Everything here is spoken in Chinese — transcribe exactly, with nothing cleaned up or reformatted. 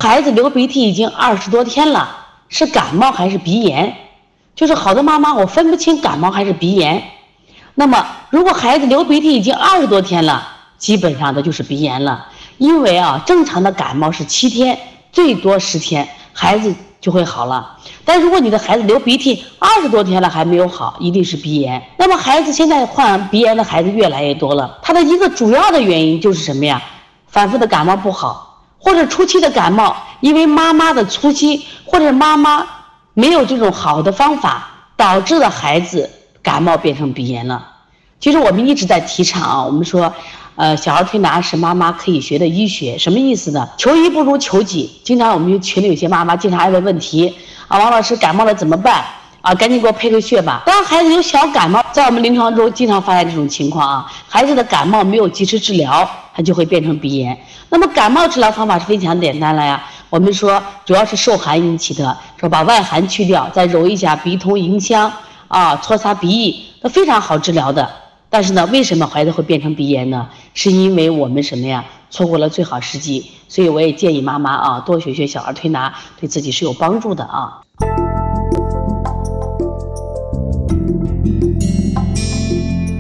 孩子流鼻涕已经二十多天了，是感冒还是鼻炎？就是好多妈妈我分不清感冒还是鼻炎。那么如果孩子流鼻涕已经二十多天了，基本上的就是鼻炎了。因为啊，正常的感冒是七天，最多十天，孩子就会好了。但如果你的孩子流鼻涕二十多天了还没有好，一定是鼻炎。那么孩子现在患鼻炎的孩子越来越多了，他的一个主要的原因就是什么呀？反复的感冒不好，或者初期的感冒，因为妈妈的粗心，或者妈妈没有这种好的方法，导致了孩子感冒变成鼻炎了。其实我们一直在提倡啊，我们说呃，小儿推拿是妈妈可以学的医学，什么意思呢？求医不如求己。经常我们群里有些妈妈经常爱问问题啊，王老师感冒了怎么办啊？赶紧给我配个穴吧。当孩子有小感冒，在我们临床中经常发现这种情况啊，孩子的感冒没有及时治疗，它就会变成鼻炎。那么感冒治疗方法是非常简单了呀，我们说主要是受寒引起的，说把外寒去掉，再揉一下鼻通迎香啊，搓擦鼻翼，那非常好治疗的。但是呢，为什么孩子会变成鼻炎呢？是因为我们什么呀？错过了最好时机。所以我也建议妈妈啊，多学学小儿推拿，对自己是有帮助的啊。